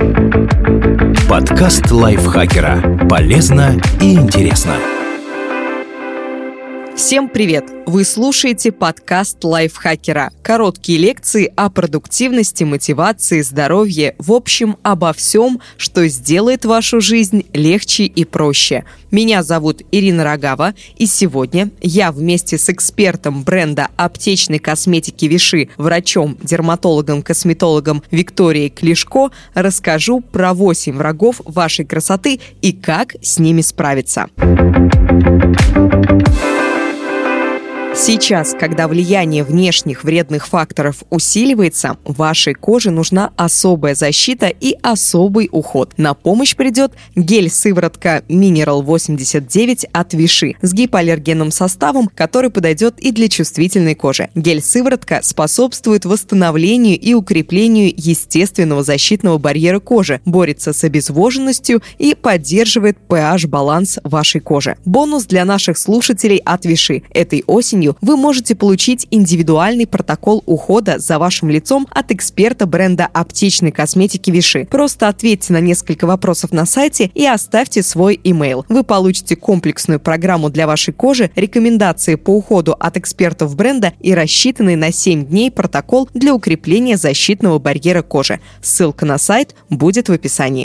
Подкаст лайфхакера. Полезно и интересно. Всем привет! Вы слушаете подкаст лайфхакера. Короткие лекции о продуктивности, мотивации, здоровье, в общем, обо всем, что сделает вашу жизнь легче и проще. Меня зовут Ирина Рогава, и сегодня я вместе с экспертом бренда аптечной косметики Виши, врачом, дерматологом, косметологом Викторией Клишко расскажу про 8 врагов вашей красоты и как с ними справиться. Сейчас, когда влияние внешних вредных факторов усиливается, вашей коже нужна особая защита и особый уход. На помощь придет гель-сыворотка Mineral 89 от Виши с гипоаллергенным составом, который подойдет и для чувствительной кожи. Гель-сыворотка способствует восстановлению и укреплению естественного защитного барьера кожи, борется с обезвоженностью и поддерживает pH-баланс вашей кожи. Бонус для наших слушателей от Виши. Этой осенью вы можете получить индивидуальный протокол ухода за вашим лицом от эксперта бренда аптечной косметики Виши. Просто ответьте на несколько вопросов на сайте и оставьте свой имейл. Вы получите комплексную программу для вашей кожи, рекомендации по уходу от экспертов бренда и рассчитанный на 7 дней протокол для укрепления защитного барьера кожи. Ссылка на сайт будет в описании.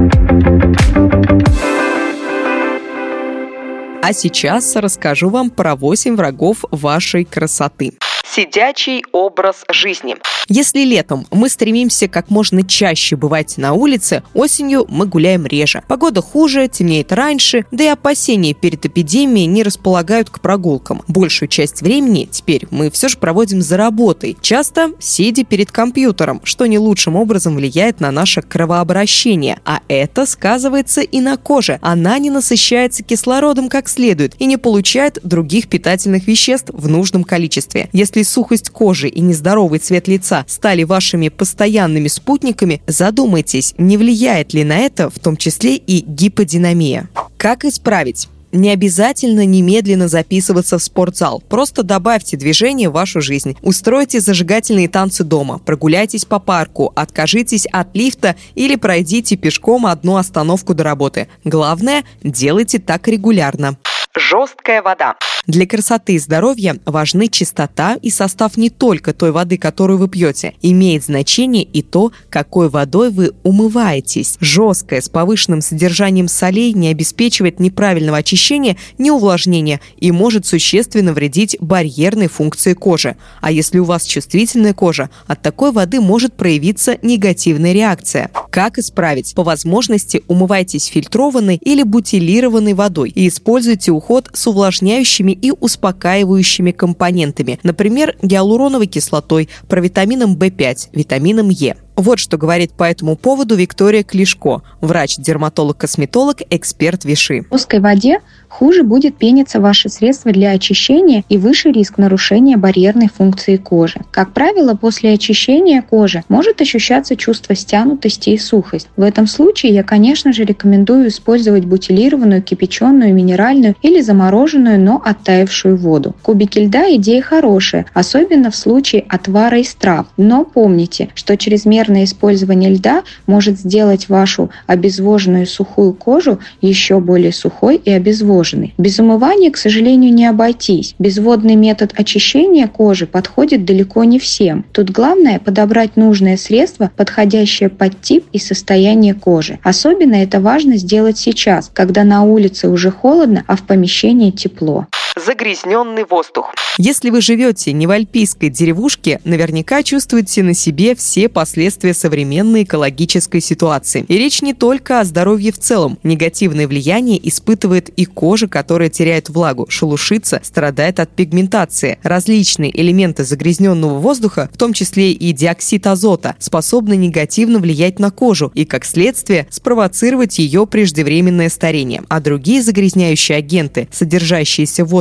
А сейчас расскажу вам про 8 врагов вашей красоты. Сидячий образ жизни. Если летом мы стремимся как можно чаще бывать на улице, осенью мы гуляем реже. Погода хуже, темнеет раньше, да и опасения перед эпидемией не располагают к прогулкам. Большую часть времени теперь мы все же проводим за работой, часто сидя перед компьютером, что не лучшим образом влияет на наше кровообращение. А это сказывается и на коже. Она не насыщается кислородом как следует и не получает других питательных веществ в нужном количестве. Если сухость кожи и нездоровый цвет лица стали вашими постоянными спутниками, задумайтесь, не влияет ли на это в том числе и гиподинамия. Как исправить? Не обязательно немедленно записываться в спортзал. Просто добавьте движение в вашу жизнь. Устройте зажигательные танцы дома, прогуляйтесь по парку, откажитесь от лифта или пройдите пешком одну остановку до работы. Главное, делайте так регулярно. Жесткая вода. Для красоты и здоровья важны чистота и состав не только той воды, которую вы пьете. Имеет значение и то, какой водой вы умываетесь. Жесткая, с повышенным содержанием солей, не обеспечивает ни правильного очищения, ни увлажнения и может существенно вредить барьерной функции кожи. А если у вас чувствительная кожа, от такой воды может проявиться негативная реакция. Как исправить? По возможности умывайтесь фильтрованной или бутилированной водой и используйте уход с увлажняющими и успокаивающими компонентами, например, гиалуроновой кислотой, провитамином В5, витамином Е. Вот что говорит по этому поводу Виктория Клишко, врач-дерматолог-косметолог, эксперт Виши. В жесткой воде хуже будет пениться ваши средства для очищения и выше риск нарушения барьерной функции кожи. Как правило, после очищения кожи может ощущаться чувство стянутости и сухость. В этом случае я, конечно же, рекомендую использовать бутилированную, кипяченую, минеральную или замороженную, но оттаившую воду. Кубики льда – идея хорошая, особенно в случае отвара из трав. Но помните, что чрезмерное использование льда может сделать вашу обезвоженную сухую кожу еще более сухой и обезвоженной. Без умывания, к сожалению, не обойтись. Безводный метод очищения кожи подходит далеко не всем. Тут главное подобрать нужное средство, подходящее под тип и состояние кожи. Особенно это важно сделать сейчас, когда на улице уже холодно, а в помещении тепло. Загрязненный воздух. Если вы живете не в альпийской деревушке, наверняка чувствуете на себе все последствия современной экологической ситуации. И речь не только о здоровье в целом. Негативное влияние испытывает и кожа, которая теряет влагу, шелушится, страдает от пигментации. Различные элементы загрязненного воздуха, в том числе и диоксид азота, способны негативно влиять на кожу и, как следствие, спровоцировать ее преждевременное старение. А другие загрязняющие агенты, содержащиеся в воздухе,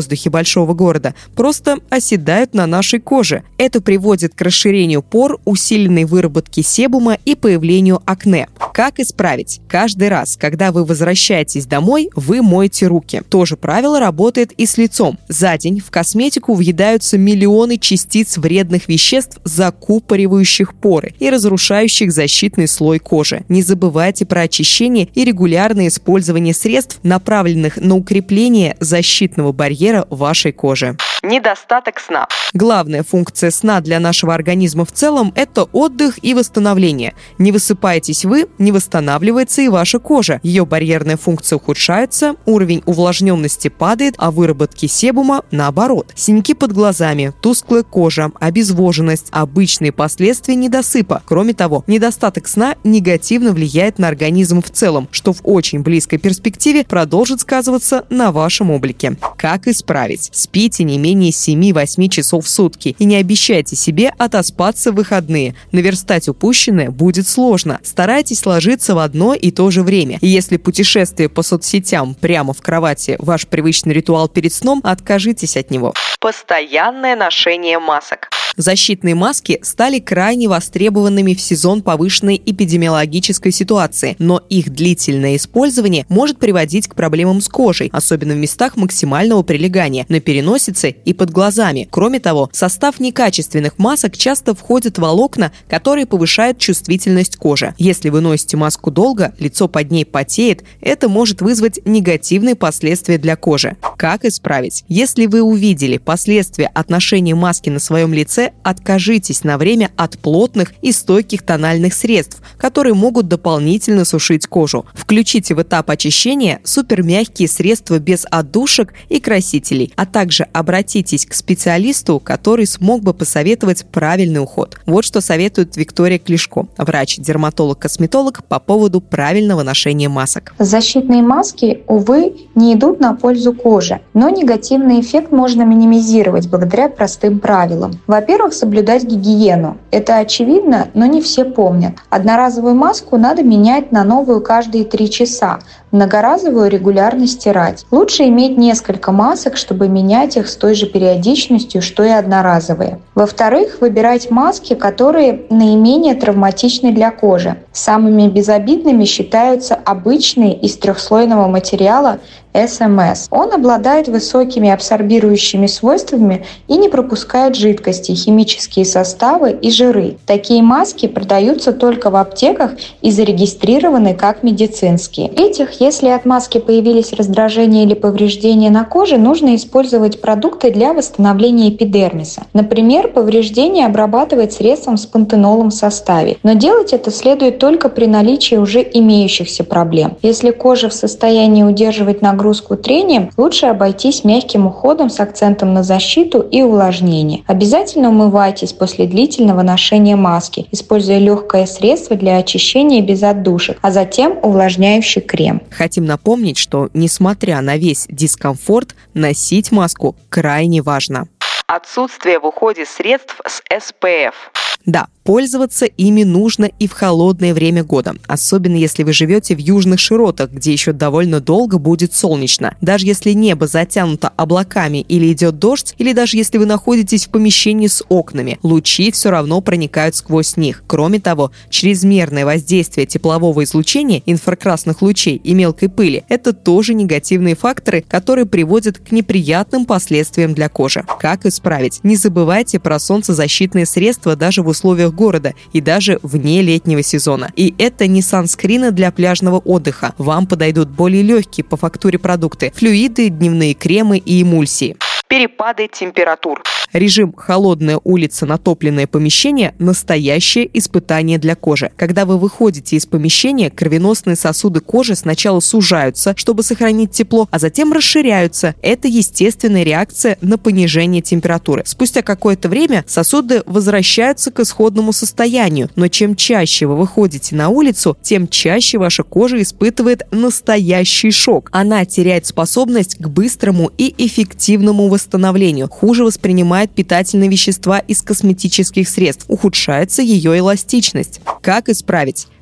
воздухе большого города, просто оседают на нашей коже. Это приводит к расширению пор, усиленной выработке себума и появлению акне. Как исправить? Каждый раз, когда вы возвращаетесь домой, вы моете руки. То же правило работает и с лицом. За день в косметику въедаются миллионы частиц вредных веществ, закупоривающих поры и разрушающих защитный слой кожи. Не забывайте про очищение и регулярное использование средств, направленных на укрепление защитного барьера вашей кожи. Недостаток сна. Главная функция сна для нашего организма в целом – это отдых и восстановление. Не высыпаетесь вы, не восстанавливается и ваша кожа. Ее барьерная функция ухудшается, уровень увлажненности падает, а выработки себума – наоборот. Синяки под глазами, тусклая кожа, обезвоженность – обычные последствия недосыпа. Кроме того, недостаток сна негативно влияет на организм в целом, что в очень близкой перспективе продолжит сказываться на вашем облике. Как исправить? Спите не менее 7-8 часов в сутки и не обещайте себе отоспаться в выходные. Наверстать упущенное будет сложно. Старайтесь ложиться в одно и то же время. И если путешествие по соцсетям прямо в кровати – ваш привычный ритуал перед сном, откажитесь от него. Постоянное ношение масок. Защитные маски стали крайне востребованными в сезон повышенной эпидемиологической ситуации, но их длительное использование может приводить к проблемам с кожей, особенно в местах максимального прилегания, на переносице и под глазами. Кроме того, в состав некачественных масок часто входят волокна, которые повышают чувствительность кожи. Если вы носите маску долго, лицо под ней потеет, это может вызвать негативные последствия для кожи. Как исправить? Если вы увидели последствия от ношения маски на своем лице, откажитесь на время от плотных и стойких тональных средств, которые могут дополнительно сушить кожу. Включите в этап очищения супермягкие средства без отдушек и красителей, а также обратитесь к специалисту, который смог бы посоветовать правильный уход. Вот что советует Виктория Клишко, врач-дерматолог-косметолог, по поводу правильного ношения масок. Защитные маски, увы, не идут на пользу коже, но негативный эффект можно минимизировать благодаря простым правилам. Во-первых, соблюдать гигиену. Это очевидно, но не все помнят. Одноразовую маску надо менять на новую каждые 3 часа, многоразовую регулярно стирать. Лучше иметь несколько масок, чтобы менять их с той же периодичностью, что и одноразовые. Во-вторых, выбирать маски, которые наименее травматичны для кожи. Самыми безобидными считаются обычные из трехслойного материала СМС. Он обладает высокими абсорбирующими свойствами и не пропускает жидкости, химические составы и жиры. Такие маски продаются только в аптеках и зарегистрированы как медицинские. В-третьих, если от маски появились раздражения или повреждения на коже, нужно использовать продукты для восстановления эпидермиса. Например, повреждение обрабатывать средством с пантенолом в составе. Но делать это следует только при наличии уже имеющихся проблем. Если кожа в состоянии удерживать нагрузку трением, лучше обойтись мягким уходом с акцентом на защиту и увлажнение. Обязательно умывайтесь после длительного ношения маски, используя легкое средство для очищения без отдушек, а затем увлажняющий крем. Хотим напомнить, что, несмотря на весь дискомфорт, носить маску крайне важно. Отсутствие в уходе средств с SPF. Да, пользоваться ими нужно и в холодное время года, особенно если вы живете в южных широтах, где еще довольно долго будет солнечно. Даже если небо затянуто облаками или идет дождь, или даже если вы находитесь в помещении с окнами, лучи все равно проникают сквозь них. Кроме того, чрезмерное воздействие теплового излучения, инфракрасных лучей и мелкой пыли – это тоже негативные факторы, которые приводят к неприятным последствиям для кожи. Как исправить? Не забывайте про солнцезащитные средства даже в условиях города и даже вне летнего сезона. И это не санскрины для пляжного отдыха. Вам подойдут более легкие по фактуре продукты – флюиды, дневные кремы и эмульсии. Перепады температур. Режим «холодная улица, натопленное помещение» – настоящее испытание для кожи. Когда вы выходите из помещения, кровеносные сосуды кожи сначала сужаются, чтобы сохранить тепло, а затем расширяются. Это естественная реакция на понижение температуры. Спустя какое-то время сосуды возвращаются к исходному состоянию, но чем чаще вы выходите на улицу, тем чаще ваша кожа испытывает настоящий шок. Она теряет способность к быстрому и эффективному восстановлению, хуже воспринимает питательные вещества из косметических средств, ухудшается ее эластичность. Как исправить?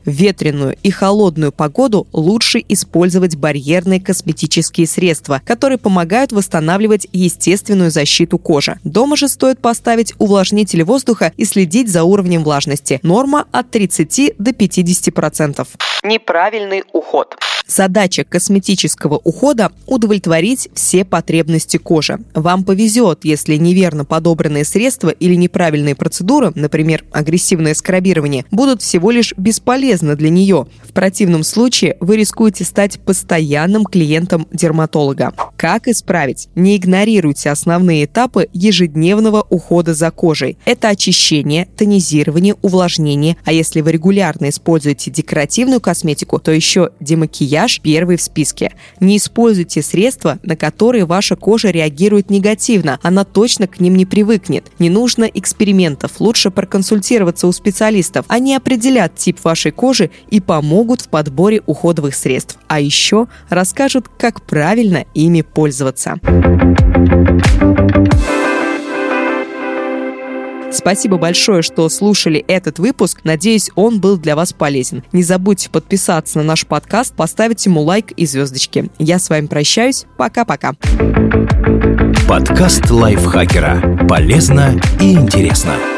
В ветреную и холодную погоду лучше использовать барьерные косметические средства, которые помогают восстанавливать естественную защиту кожи. Дома же стоит поставить увлажнитель воздуха и следить за уровнем влажности. Норма от 30 до 50%. Неправильный уход. Задача косметического ухода – удовлетворить все потребности кожи. Вам повезет, если неверно подобранные средства или неправильные процедуры, например, агрессивное скрабирование, будут всего лишь бесполезны для нее. В противном случае вы рискуете стать постоянным клиентом дерматолога. Как исправить? Не игнорируйте основные этапы ежедневного ухода за кожей. Это очищение, тонизирование, увлажнение. А если вы регулярно используете декоративную косметику, то еще демакияж первый в списке. Не используйте средства, на которые ваша кожа реагирует негативно. Она точно к ним не привыкнет. Не нужно экспериментов. Лучше проконсультироваться у специалистов. Они определят тип вашей кожи и помогут в подборе уходовых средств. А еще расскажут, как правильно ими пользоваться. Спасибо большое, что слушали этот выпуск. Надеюсь, он был для вас полезен. Не забудьте подписаться на наш подкаст, поставить ему лайк и звездочки. Я с вами прощаюсь. Пока-пока. Подкаст лайфхакера. Полезно и интересно.